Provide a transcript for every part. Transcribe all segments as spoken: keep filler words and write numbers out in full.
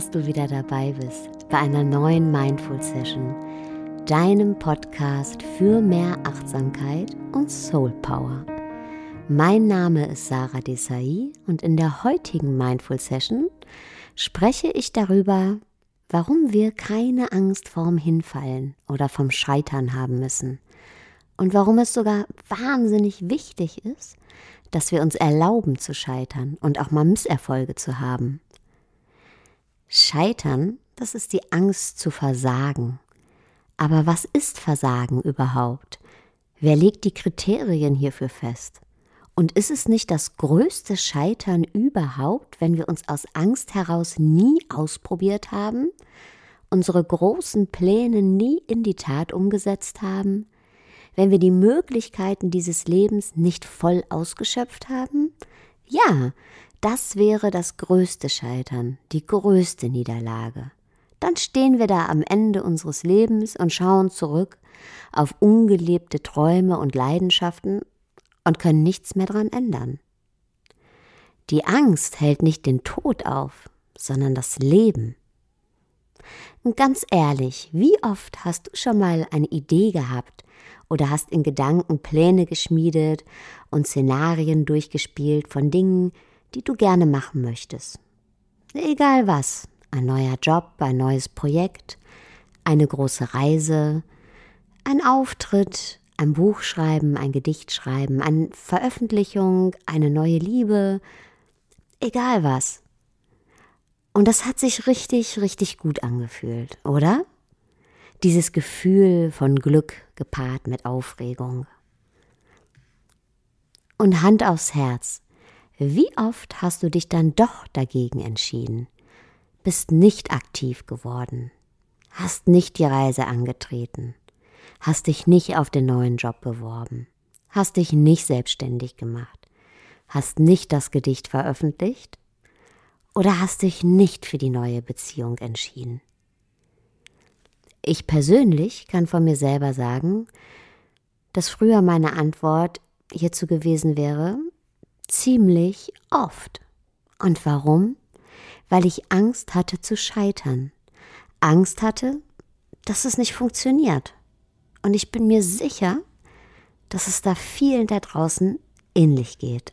dass du wieder dabei bist bei einer neuen Mindful Session, deinem Podcast für mehr Achtsamkeit und Soul Power. Mein Name ist Sarah Desai und in der heutigen Mindful Session spreche ich darüber, warum wir keine Angst vorm Hinfallen oder vom Scheitern haben müssen und warum es sogar wahnsinnig wichtig ist, dass wir uns erlauben zu scheitern und auch mal Misserfolge zu haben. Scheitern, das ist die Angst zu versagen. Aber was ist Versagen überhaupt? Wer legt die Kriterien hierfür fest? Und ist es nicht das größte Scheitern überhaupt, wenn wir uns aus Angst heraus nie ausprobiert haben, unsere großen Pläne nie in die Tat umgesetzt haben, wenn wir die Möglichkeiten dieses Lebens nicht voll ausgeschöpft haben? Ja, das wäre das größte Scheitern, die größte Niederlage. Dann stehen wir da am Ende unseres Lebens und schauen zurück auf ungelebte Träume und Leidenschaften und können nichts mehr daran ändern. Die Angst hält nicht den Tod auf, sondern das Leben. Und ganz ehrlich, wie oft hast du schon mal eine Idee gehabt oder hast in Gedanken Pläne geschmiedet und Szenarien durchgespielt von Dingen, die du gerne machen möchtest? Egal was, ein neuer Job, ein neues Projekt, eine große Reise, ein Auftritt, ein Buch schreiben, ein Gedicht schreiben, eine Veröffentlichung, eine neue Liebe, egal was. Und das hat sich richtig, richtig gut angefühlt, oder? Dieses Gefühl von Glück gepaart mit Aufregung. Und Hand aufs Herz, wie oft hast du dich dann doch dagegen entschieden? Bist nicht aktiv geworden, hast nicht die Reise angetreten, hast dich nicht auf den neuen Job beworben, hast dich nicht selbstständig gemacht, hast nicht das Gedicht veröffentlicht oder hast dich nicht für die neue Beziehung entschieden. Ich persönlich kann von mir selber sagen, dass früher meine Antwort hierzu gewesen wäre, ziemlich oft. Und warum? Weil ich Angst hatte zu scheitern. Angst hatte, dass es nicht funktioniert. Und ich bin mir sicher, dass es da vielen da draußen ähnlich geht.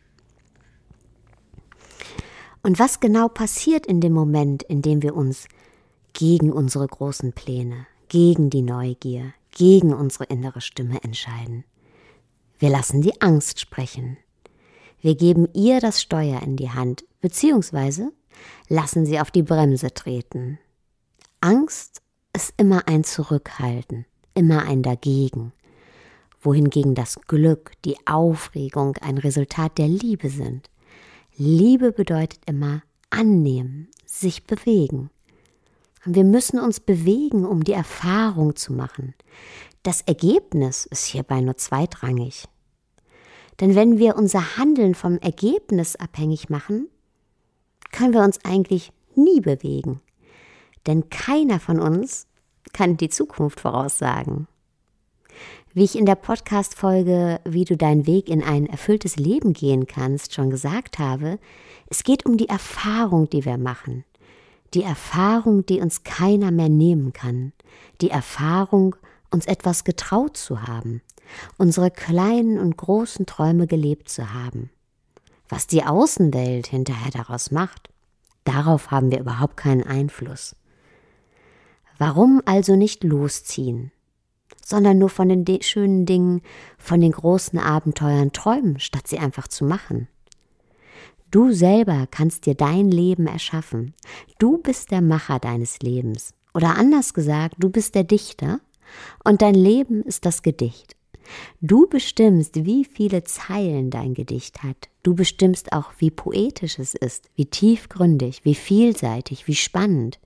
Und was genau passiert in dem Moment, in dem wir uns gegen unsere großen Pläne, gegen die Neugier, gegen unsere innere Stimme entscheiden? Wir lassen die Angst sprechen. Wir geben ihr das Steuer in die Hand, beziehungsweise lassen sie auf die Bremse treten. Angst ist immer ein Zurückhalten, immer ein Dagegen, wohingegen das Glück, die Aufregung ein Resultat der Liebe sind. Liebe bedeutet immer annehmen, sich bewegen. Und wir müssen uns bewegen, um die Erfahrung zu machen. Das Ergebnis ist hierbei nur zweitrangig. Denn wenn wir unser Handeln vom Ergebnis abhängig machen, können wir uns eigentlich nie bewegen. Denn keiner von uns kann die Zukunft voraussagen. Wie ich in der Podcast-Folge Wie du deinen Weg in ein erfülltes Leben gehen kannst schon gesagt habe, es geht um die Erfahrung, die wir machen. Die Erfahrung, die uns keiner mehr nehmen kann. Die Erfahrung, uns etwas getraut zu haben. Unsere kleinen und großen Träume gelebt zu haben. Was die Außenwelt hinterher daraus macht, darauf haben wir überhaupt keinen Einfluss. Warum also nicht losziehen, sondern nur von den de- schönen Dingen, von den großen Abenteuern träumen, statt sie einfach zu machen? Du selber kannst dir dein Leben erschaffen. Du bist der Macher deines Lebens. Oder anders gesagt, du bist der Dichter und dein Leben ist das Gedicht. Du bestimmst, wie viele Zeilen dein Gedicht hat. Du bestimmst auch, wie poetisch es ist, wie tiefgründig, wie vielseitig, wie spannend.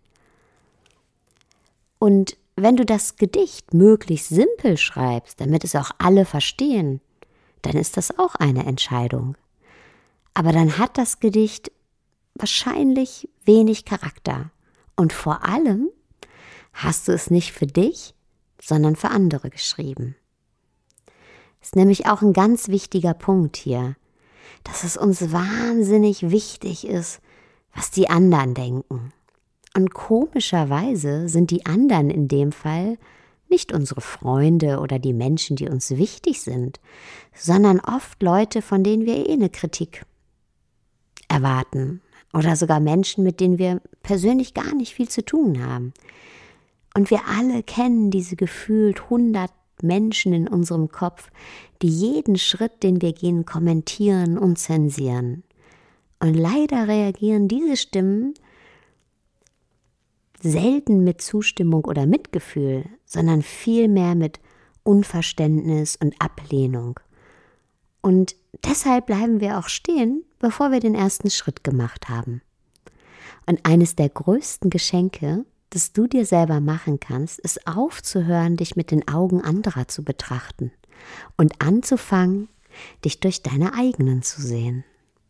Und wenn du das Gedicht möglichst simpel schreibst, damit es auch alle verstehen, dann ist das auch eine Entscheidung. Aber dann hat das Gedicht wahrscheinlich wenig Charakter. Und vor allem hast du es nicht für dich, sondern für andere geschrieben. Ist nämlich auch ein ganz wichtiger Punkt hier, dass es uns wahnsinnig wichtig ist, was die anderen denken. Und komischerweise sind die anderen in dem Fall nicht unsere Freunde oder die Menschen, die uns wichtig sind, sondern oft Leute, von denen wir eh eine Kritik erwarten oder sogar Menschen, mit denen wir persönlich gar nicht viel zu tun haben. Und wir alle kennen diese gefühlt hundert Menschen in unserem Kopf, die jeden Schritt, den wir gehen, kommentieren und zensieren. Und leider reagieren diese Stimmen selten mit Zustimmung oder Mitgefühl, sondern vielmehr mit Unverständnis und Ablehnung. Und deshalb bleiben wir auch stehen, bevor wir den ersten Schritt gemacht haben. Und eines der größten Geschenke, das du dir selber machen kannst, ist aufzuhören, dich mit den Augen anderer zu betrachten und anzufangen, dich durch deine eigenen zu sehen.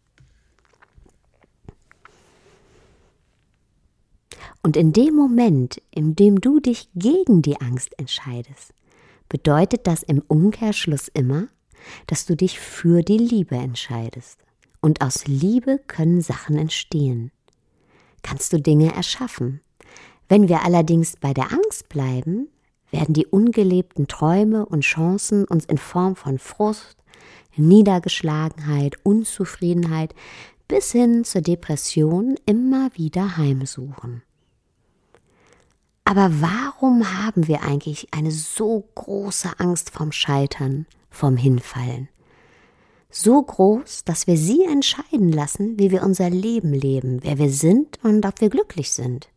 Und in dem Moment, in dem du dich gegen die Angst entscheidest, bedeutet das im Umkehrschluss immer, dass du dich für die Liebe entscheidest. Und aus Liebe können Sachen entstehen. Kannst du Dinge erschaffen. Wenn wir allerdings bei der Angst bleiben, werden die ungelebten Träume und Chancen uns in Form von Frust, Niedergeschlagenheit, Unzufriedenheit bis hin zur Depression immer wieder heimsuchen. Aber warum haben wir eigentlich eine so große Angst vorm Scheitern, vom Hinfallen? So groß, dass wir sie entscheiden lassen, wie wir unser Leben leben, wer wir sind und ob wir glücklich sind.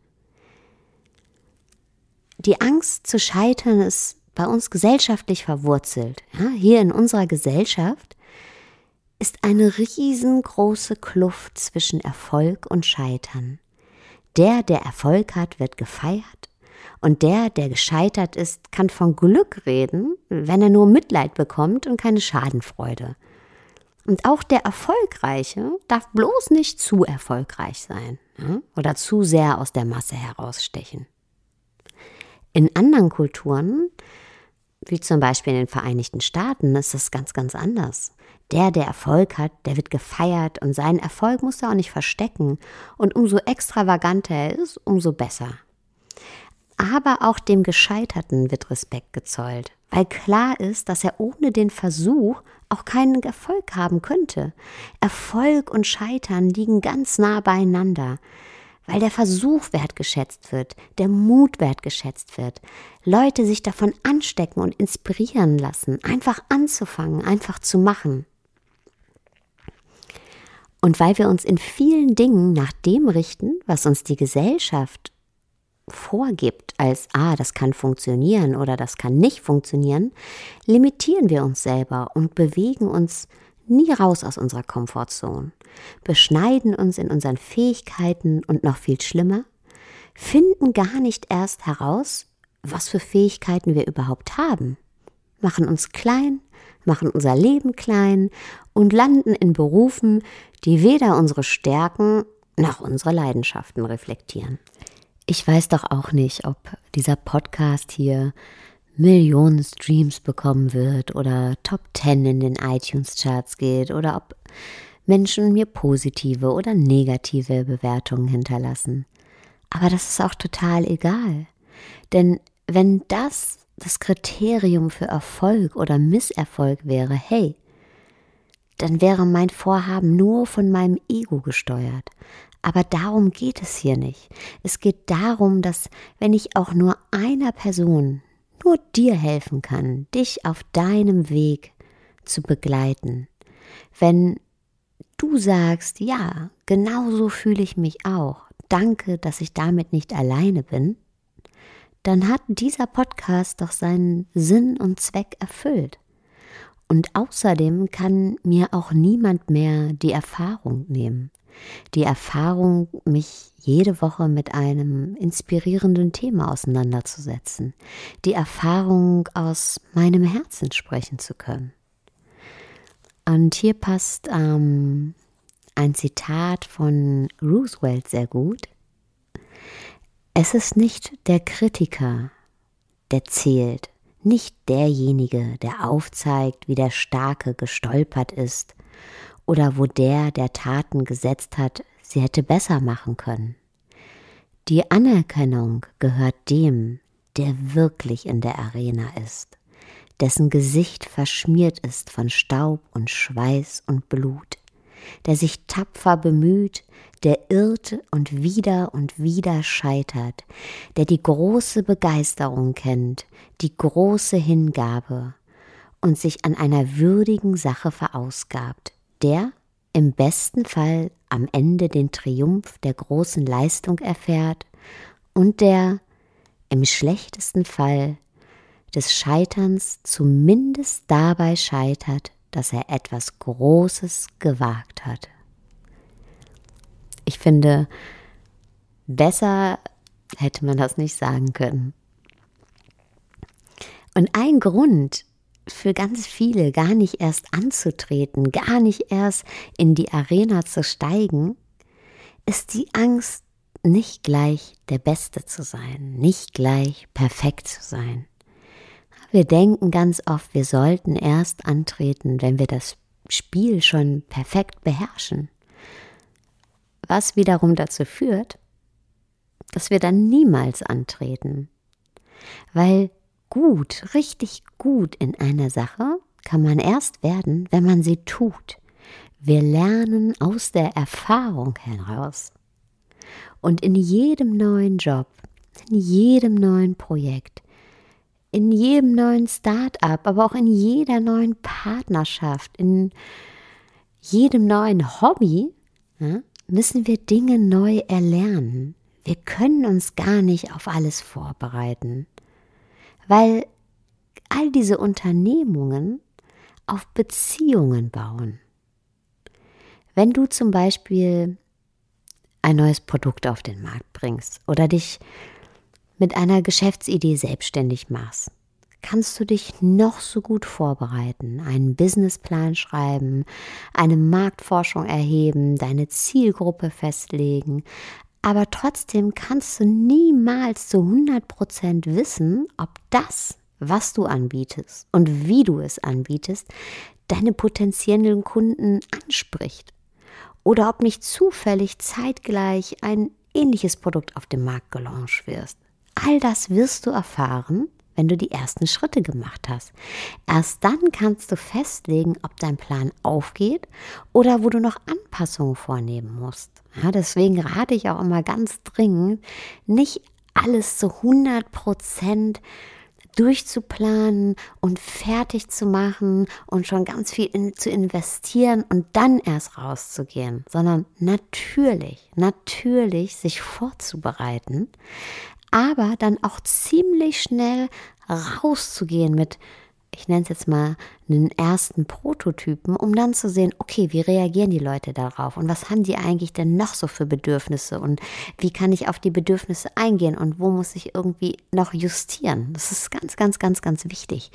Die Angst zu scheitern ist bei uns gesellschaftlich verwurzelt. Ja, hier in unserer Gesellschaft ist eine riesengroße Kluft zwischen Erfolg und Scheitern. Der, der Erfolg hat, wird gefeiert. Und der, der gescheitert ist, kann von Glück reden, wenn er nur Mitleid bekommt und keine Schadenfreude. Und auch der Erfolgreiche darf bloß nicht zu erfolgreich sein, ja, oder zu sehr aus der Masse herausstechen. In anderen Kulturen, wie zum Beispiel in den Vereinigten Staaten, ist das ganz, ganz anders. Der, der Erfolg hat, der wird gefeiert und seinen Erfolg muss er auch nicht verstecken. Und umso extravaganter er ist, umso besser. Aber auch dem Gescheiterten wird Respekt gezollt, weil klar ist, dass er ohne den Versuch auch keinen Erfolg haben könnte. Erfolg und Scheitern liegen ganz nah beieinander, weil der Versuch wertgeschätzt wird, der Mut wertgeschätzt wird, Leute sich davon anstecken und inspirieren lassen, einfach anzufangen, einfach zu machen. Und weil wir uns in vielen Dingen nach dem richten, was uns die Gesellschaft vorgibt, als, ah, das kann funktionieren oder das kann nicht funktionieren, limitieren wir uns selber und bewegen uns nie raus aus unserer Komfortzone, beschneiden uns in unseren Fähigkeiten und noch viel schlimmer, finden gar nicht erst heraus, was für Fähigkeiten wir überhaupt haben, machen uns klein, machen unser Leben klein und landen in Berufen, die weder unsere Stärken noch unsere Leidenschaften reflektieren. Ich weiß doch auch nicht, ob dieser Podcast hier Millionen Streams bekommen wird oder Top zehn in den iTunes-Charts geht oder ob Menschen mir positive oder negative Bewertungen hinterlassen. Aber das ist auch total egal. Denn wenn das das Kriterium für Erfolg oder Misserfolg wäre, hey, dann wäre mein Vorhaben nur von meinem Ego gesteuert. Aber darum geht es hier nicht. Es geht darum, dass wenn ich auch nur einer Person, nur dir helfen kann, dich auf deinem Weg zu begleiten, wenn du sagst, ja, genau so fühle ich mich auch, danke, dass ich damit nicht alleine bin, dann hat dieser Podcast doch seinen Sinn und Zweck erfüllt. Und außerdem kann mir auch niemand mehr die Erfahrung nehmen. Die Erfahrung, mich jede Woche mit einem inspirierenden Thema auseinanderzusetzen. Die Erfahrung, aus meinem Herzen sprechen zu können. Und hier passt ähm, ein Zitat von Roosevelt sehr gut. Es ist nicht der Kritiker, der zählt, nicht derjenige, der aufzeigt, wie der Starke gestolpert ist oder wo der, der Taten gesetzt hat, sie hätte besser machen können. Die Anerkennung gehört dem, der wirklich in der Arena ist, dessen Gesicht verschmiert ist von Staub und Schweiß und Blut, der sich tapfer bemüht, der irrt und wieder und wieder scheitert, der die große Begeisterung kennt, die große Hingabe und sich an einer würdigen Sache verausgabt, der im besten Fall am Ende den Triumph der großen Leistung erfährt und der im schlechtesten Fall des Scheiterns zumindest dabei scheitert, dass er etwas Großes gewagt hat. Ich finde, besser hätte man das nicht sagen können. Und ein Grund für ganz viele, gar nicht erst anzutreten, gar nicht erst in die Arena zu steigen, ist die Angst, nicht gleich der Beste zu sein, nicht gleich perfekt zu sein. Wir denken ganz oft, wir sollten erst antreten, wenn wir das Spiel schon perfekt beherrschen. Was wiederum dazu führt, dass wir dann niemals antreten. Weil gut, richtig gut in einer Sache kann man erst werden, wenn man sie tut. Wir lernen aus der Erfahrung heraus. Und in jedem neuen Job, in jedem neuen Projekt, in jedem neuen Start-up, aber auch in jeder neuen Partnerschaft, in jedem neuen Hobby, ja, müssen wir Dinge neu erlernen. Wir können uns gar nicht auf alles vorbereiten, weil all diese Unternehmungen auf Beziehungen bauen. Wenn du zum Beispiel ein neues Produkt auf den Markt bringst oder dich mit einer Geschäftsidee selbstständig machst, kannst du dich noch so gut vorbereiten, einen Businessplan schreiben, eine Marktforschung erheben, deine Zielgruppe festlegen, aber trotzdem kannst du niemals zu hundert Prozent wissen, ob das, was du anbietest und wie du es anbietest, deine potenziellen Kunden anspricht. Oder ob nicht zufällig zeitgleich ein ähnliches Produkt auf dem Markt gelauncht wird. All das wirst du erfahren, wenn du die ersten Schritte gemacht hast. Erst dann kannst du festlegen, ob dein Plan aufgeht oder wo du noch Anpassungen vornehmen musst. Ja, deswegen rate ich auch immer ganz dringend, nicht alles zu hundert Prozent durchzuplanen und fertig zu machen und schon ganz viel in, zu investieren und dann erst rauszugehen, sondern natürlich, natürlich sich vorzubereiten, aber dann auch ziemlich schnell rauszugehen mit, ich nenne es jetzt mal, einen ersten Prototypen, um dann zu sehen, okay, wie reagieren die Leute darauf und was haben die eigentlich denn noch so für Bedürfnisse und wie kann ich auf die Bedürfnisse eingehen und wo muss ich irgendwie noch justieren. Das ist ganz, ganz, ganz, ganz wichtig.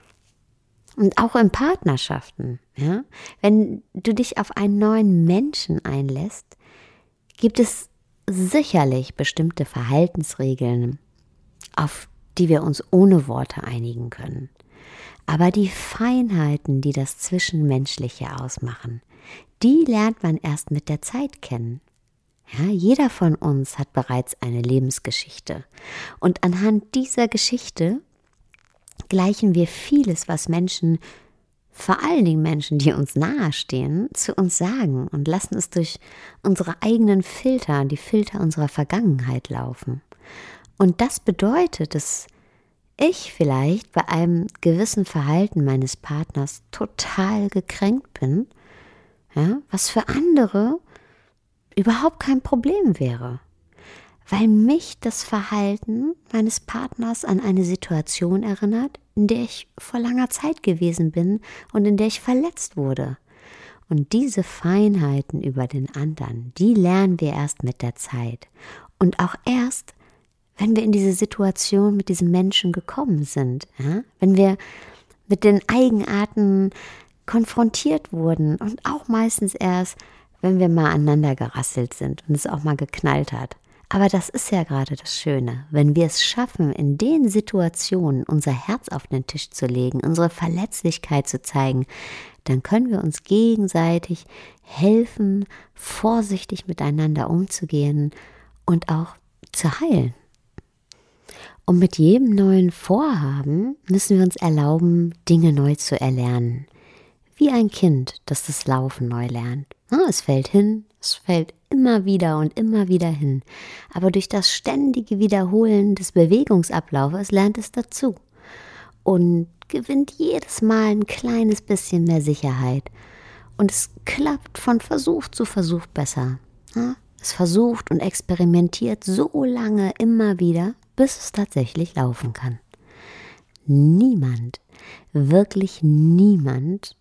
Und auch in Partnerschaften, ja, wenn du dich auf einen neuen Menschen einlässt, gibt es sicherlich bestimmte Verhaltensregeln, auf die wir uns ohne Worte einigen können. Aber die Feinheiten, die das Zwischenmenschliche ausmachen, die lernt man erst mit der Zeit kennen. Ja, jeder von uns hat bereits eine Lebensgeschichte. Und anhand dieser Geschichte gleichen wir vieles, was Menschen, vor allen Dingen Menschen, die uns nahestehen, zu uns sagen und lassen es durch unsere eigenen Filter, die Filter unserer Vergangenheit laufen. Und das bedeutet, dass ich vielleicht bei einem gewissen Verhalten meines Partners total gekränkt bin, ja, was für andere überhaupt kein Problem wäre, weil mich das Verhalten meines Partners an eine Situation erinnert, in der ich vor langer Zeit gewesen bin und in der ich verletzt wurde. Und diese Feinheiten über den anderen, die lernen wir erst mit der Zeit und auch erst, wenn wir in diese Situation mit diesem Menschen gekommen sind, ja? Wenn wir mit den Eigenarten konfrontiert wurden und auch meistens erst, wenn wir mal aneinander gerasselt sind und es auch mal geknallt hat. Aber das ist ja gerade das Schöne, wenn wir es schaffen, in den Situationen unser Herz auf den Tisch zu legen, unsere Verletzlichkeit zu zeigen, dann können wir uns gegenseitig helfen, vorsichtig miteinander umzugehen und auch zu heilen. Und mit jedem neuen Vorhaben müssen wir uns erlauben, Dinge neu zu erlernen. Wie ein Kind, das das Laufen neu lernt. Es fällt hin, es fällt immer wieder und immer wieder hin. Aber durch das ständige Wiederholen des Bewegungsablaufes lernt es dazu. Und gewinnt jedes Mal ein kleines bisschen mehr Sicherheit. Und es klappt von Versuch zu Versuch besser. Es versucht und experimentiert so lange immer wieder, bis es tatsächlich laufen kann. Niemand, wirklich niemand,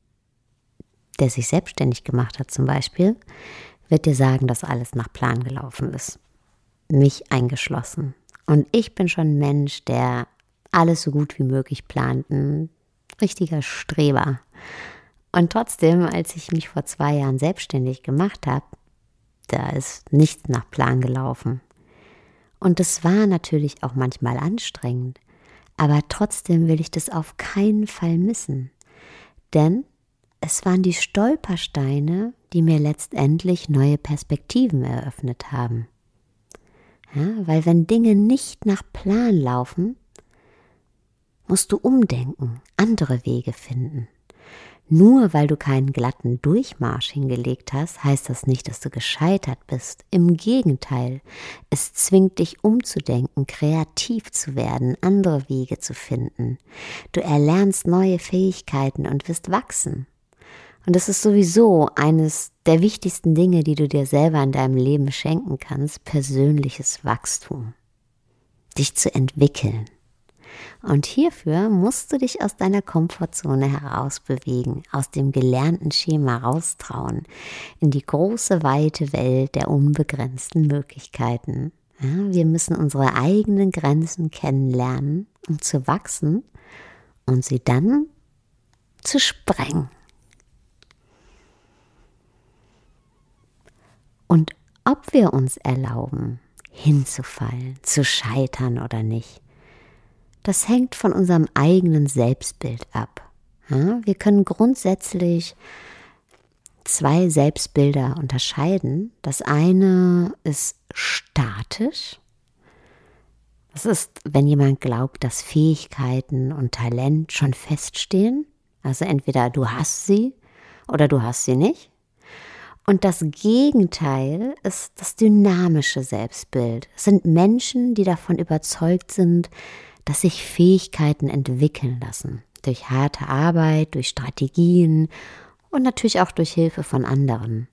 der sich selbstständig gemacht hat zum Beispiel, wird dir sagen, dass alles nach Plan gelaufen ist. Mich eingeschlossen. Und ich bin schon ein Mensch, der alles so gut wie möglich plant. Ein richtiger Streber. Und trotzdem, als ich mich vor zwei Jahren selbstständig gemacht habe, da ist nichts nach Plan gelaufen. Und es war natürlich auch manchmal anstrengend. Aber trotzdem will ich das auf keinen Fall missen. Denn es waren die Stolpersteine, die mir letztendlich neue Perspektiven eröffnet haben. Ja, weil wenn Dinge nicht nach Plan laufen, musst du umdenken, andere Wege finden. Nur weil du keinen glatten Durchmarsch hingelegt hast, heißt das nicht, dass du gescheitert bist. Im Gegenteil, es zwingt dich umzudenken, kreativ zu werden, andere Wege zu finden. Du erlernst neue Fähigkeiten und wirst wachsen. Und das ist sowieso eines der wichtigsten Dinge, die du dir selber in deinem Leben schenken kannst, persönliches Wachstum. Dich zu entwickeln. Und hierfür musst du dich aus deiner Komfortzone herausbewegen, aus dem gelernten Schema raustrauen, in die große, weite Welt der unbegrenzten Möglichkeiten. Ja, wir müssen unsere eigenen Grenzen kennenlernen, um zu wachsen und sie dann zu sprengen. Und ob wir uns erlauben, hinzufallen, zu scheitern oder nicht, das hängt von unserem eigenen Selbstbild ab. Ja, wir können grundsätzlich zwei Selbstbilder unterscheiden. Das eine ist statisch. Das ist, wenn jemand glaubt, dass Fähigkeiten und Talent schon feststehen. Also entweder du hast sie oder du hast sie nicht. Und das Gegenteil ist das dynamische Selbstbild. Es sind Menschen, die davon überzeugt sind, dass sich Fähigkeiten entwickeln lassen. Durch harte Arbeit, durch Strategien und natürlich auch durch Hilfe von anderen.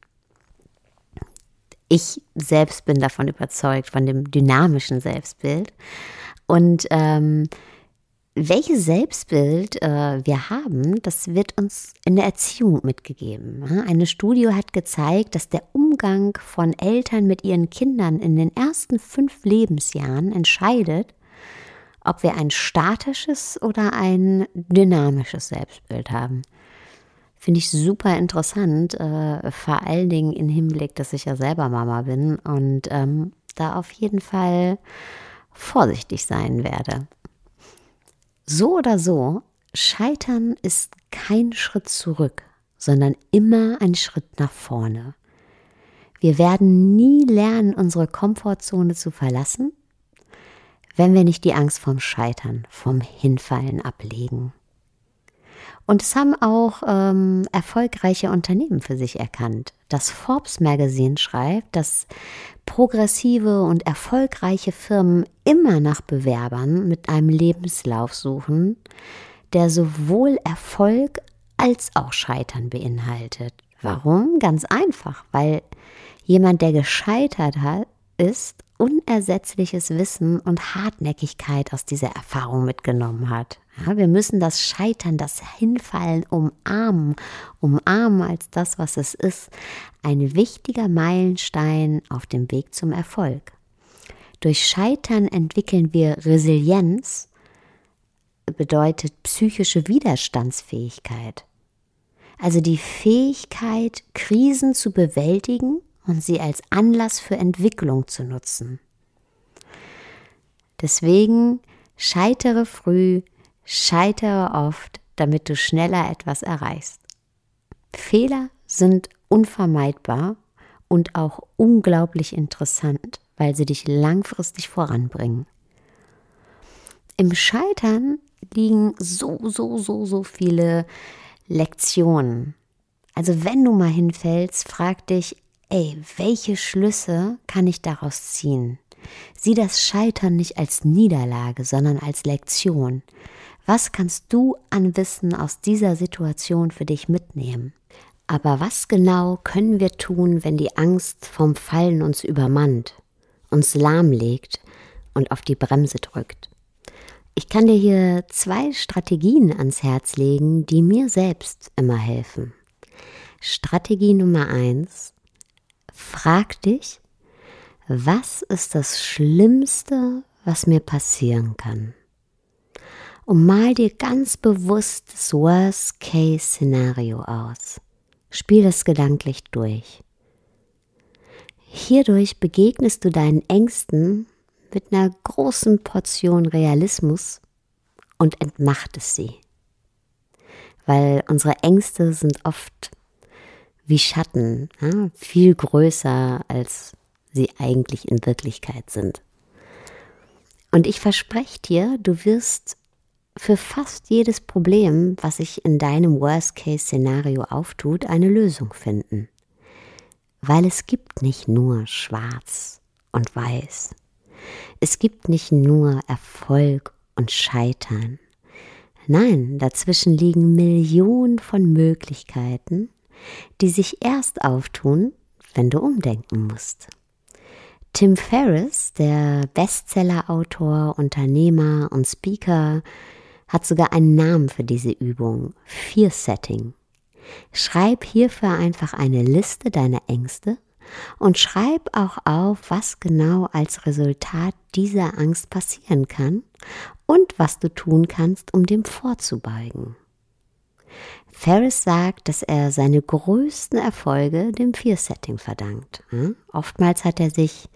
Ich selbst bin davon überzeugt, von dem dynamischen Selbstbild. Und ähm, welches Selbstbild äh, wir haben, das wird uns in der Erziehung mitgegeben. Eine Studie hat gezeigt, dass der Umgang von Eltern mit ihren Kindern in den ersten fünf Lebensjahren entscheidet, ob wir ein statisches oder ein dynamisches Selbstbild haben. Finde ich super interessant, äh, vor allen Dingen im Hinblick, dass ich ja selber Mama bin und ähm, da auf jeden Fall vorsichtig sein werde. So oder so, Scheitern ist kein Schritt zurück, sondern immer ein Schritt nach vorne. Wir werden nie lernen, unsere Komfortzone zu verlassen, wenn wir nicht die Angst vorm Scheitern, vom Hinfallen ablegen. Und es haben auch ähm, erfolgreiche Unternehmen für sich erkannt. Das Forbes Magazine schreibt, dass progressive und erfolgreiche Firmen immer nach Bewerbern mit einem Lebenslauf suchen, der sowohl Erfolg als auch Scheitern beinhaltet. Warum? Ganz einfach, weil jemand, der gescheitert hat, ist, unersetzliches Wissen und Hartnäckigkeit aus dieser Erfahrung mitgenommen hat. Ja, wir müssen das Scheitern, das Hinfallen umarmen, umarmen als das, was es ist. Ein wichtiger Meilenstein auf dem Weg zum Erfolg. Durch Scheitern entwickeln wir Resilienz, bedeutet psychische Widerstandsfähigkeit. Also die Fähigkeit, Krisen zu bewältigen und sie als Anlass für Entwicklung zu nutzen. Deswegen scheitere früh, scheitere oft, damit du schneller etwas erreichst. Fehler sind unvermeidbar und auch unglaublich interessant, weil sie dich langfristig voranbringen. Im Scheitern liegen so, so, so, so viele Lektionen. Also wenn du mal hinfällst, frag dich, ey, welche Schlüsse kann ich daraus ziehen? Sieh das Scheitern nicht als Niederlage, sondern als Lektion. Was kannst du an Wissen aus dieser Situation für dich mitnehmen? Aber was genau können wir tun, wenn die Angst vom Fallen uns übermannt, uns lahmlegt und auf die Bremse drückt? Ich kann dir hier zwei Strategien ans Herz legen, die mir selbst immer helfen. Strategie Nummer eins: Frag dich, was ist das Schlimmste, was mir passieren kann? Und mal dir ganz bewusst das Worst-Case-Szenario aus. Spiel es gedanklich durch. Hierdurch begegnest du deinen Ängsten mit einer großen Portion Realismus und entmachtest sie. Weil unsere Ängste sind oft wie Schatten, ja, viel größer, als sie eigentlich in Wirklichkeit sind. Und ich verspreche dir, du wirst für fast jedes Problem, was sich in deinem Worst-Case-Szenario auftut, eine Lösung finden. Weil es gibt nicht nur Schwarz und Weiß. Es gibt nicht nur Erfolg und Scheitern. Nein, dazwischen liegen Millionen von Möglichkeiten, die sich erst auftun, wenn du umdenken musst. Tim Ferriss, der Bestseller-Autor, Unternehmer und Speaker, hat sogar einen Namen für diese Übung: Fear Setting. Schreib hierfür einfach eine Liste deiner Ängste und schreib auch auf, was genau als Resultat dieser Angst passieren kann und was du tun kannst, um dem vorzubeugen. Ferriss sagt, dass er seine größten Erfolge dem Fear-Setting verdankt. Oftmals hat er sich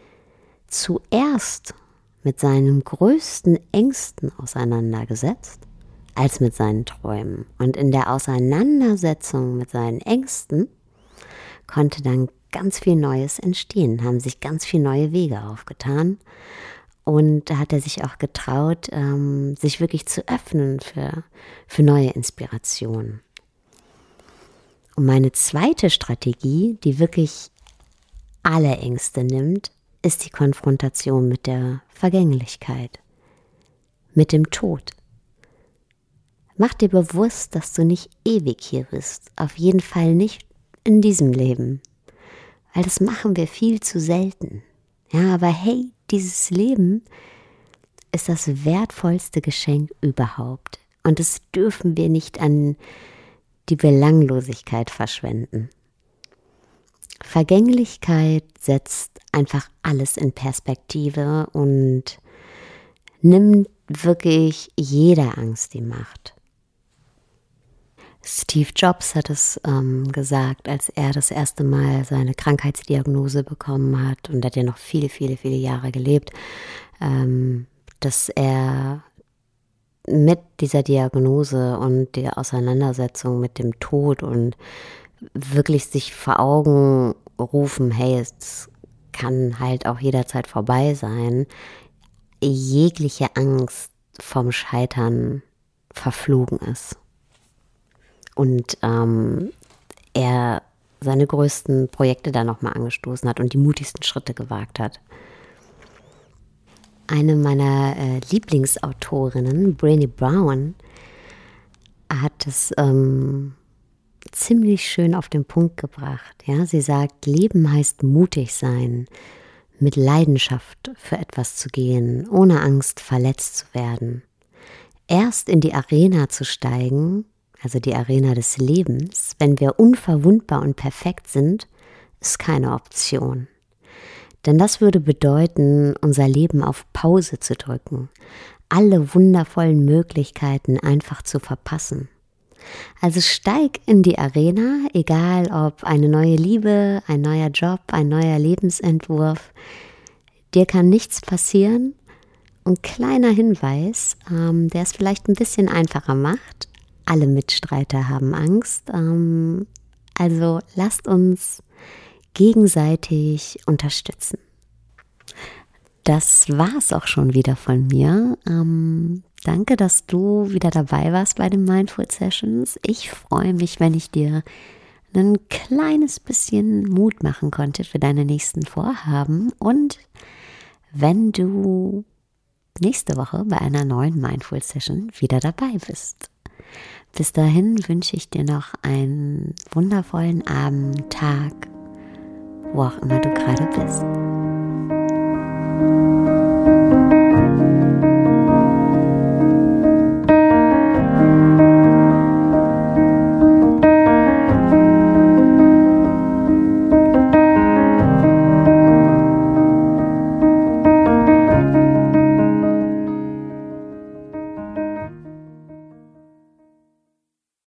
zuerst mit seinen größten Ängsten auseinandergesetzt, als mit seinen Träumen. Und in der Auseinandersetzung mit seinen Ängsten konnte dann ganz viel Neues entstehen, haben sich ganz viele neue Wege aufgetan. Und da hat er sich auch getraut, ähm, sich wirklich zu öffnen für, für neue Inspirationen. Und meine zweite Strategie, die wirklich alle Ängste nimmt, ist die Konfrontation mit der Vergänglichkeit, mit dem Tod. Mach dir bewusst, dass du nicht ewig hier bist, auf jeden Fall nicht in diesem Leben, weil das machen wir viel zu selten. Ja, aber hey, dieses Leben ist das wertvollste Geschenk überhaupt und das dürfen wir nicht an die Belanglosigkeit verschwenden. Vergänglichkeit setzt einfach alles in Perspektive und nimmt wirklich jeder Angst die Macht. Steve Jobs hat es ähm, gesagt, als er das erste Mal seine Krankheitsdiagnose bekommen hat, und er hat ja noch viele, viele, viele Jahre gelebt, ähm, dass er mit dieser Diagnose und der Auseinandersetzung mit dem Tod und wirklich sich vor Augen rufen, hey, es kann halt auch jederzeit vorbei sein, jegliche Angst vom Scheitern verflogen ist. Und ähm, er seine größten Projekte da nochmal angestoßen hat und die mutigsten Schritte gewagt hat. Eine meiner äh, Lieblingsautorinnen, Brené Brown, hat es ähm, ziemlich schön auf den Punkt gebracht. Ja? Sie sagt, Leben heißt mutig sein, mit Leidenschaft für etwas zu gehen, ohne Angst verletzt zu werden. Erst in die Arena zu steigen, also die Arena des Lebens, wenn wir unverwundbar und perfekt sind, ist keine Option. Denn das würde bedeuten, unser Leben auf Pause zu drücken, alle wundervollen Möglichkeiten einfach zu verpassen. Also steig in die Arena, egal ob eine neue Liebe, ein neuer Job, ein neuer Lebensentwurf. Dir kann nichts passieren. Ein kleiner Hinweis, ähm, der es vielleicht ein bisschen einfacher macht. Alle Mitstreiter haben Angst. Ähm, also lasst uns gegenseitig unterstützen. Das war's auch schon wieder von mir. Ähm, danke, dass du wieder dabei warst bei den Mindful Sessions. Ich freue mich, wenn ich dir ein kleines bisschen Mut machen konnte für deine nächsten Vorhaben und wenn du nächste Woche bei einer neuen Mindful Session wieder dabei bist. Bis dahin wünsche ich dir noch einen wundervollen Abend, Tag, wo auch immer du gerade bist.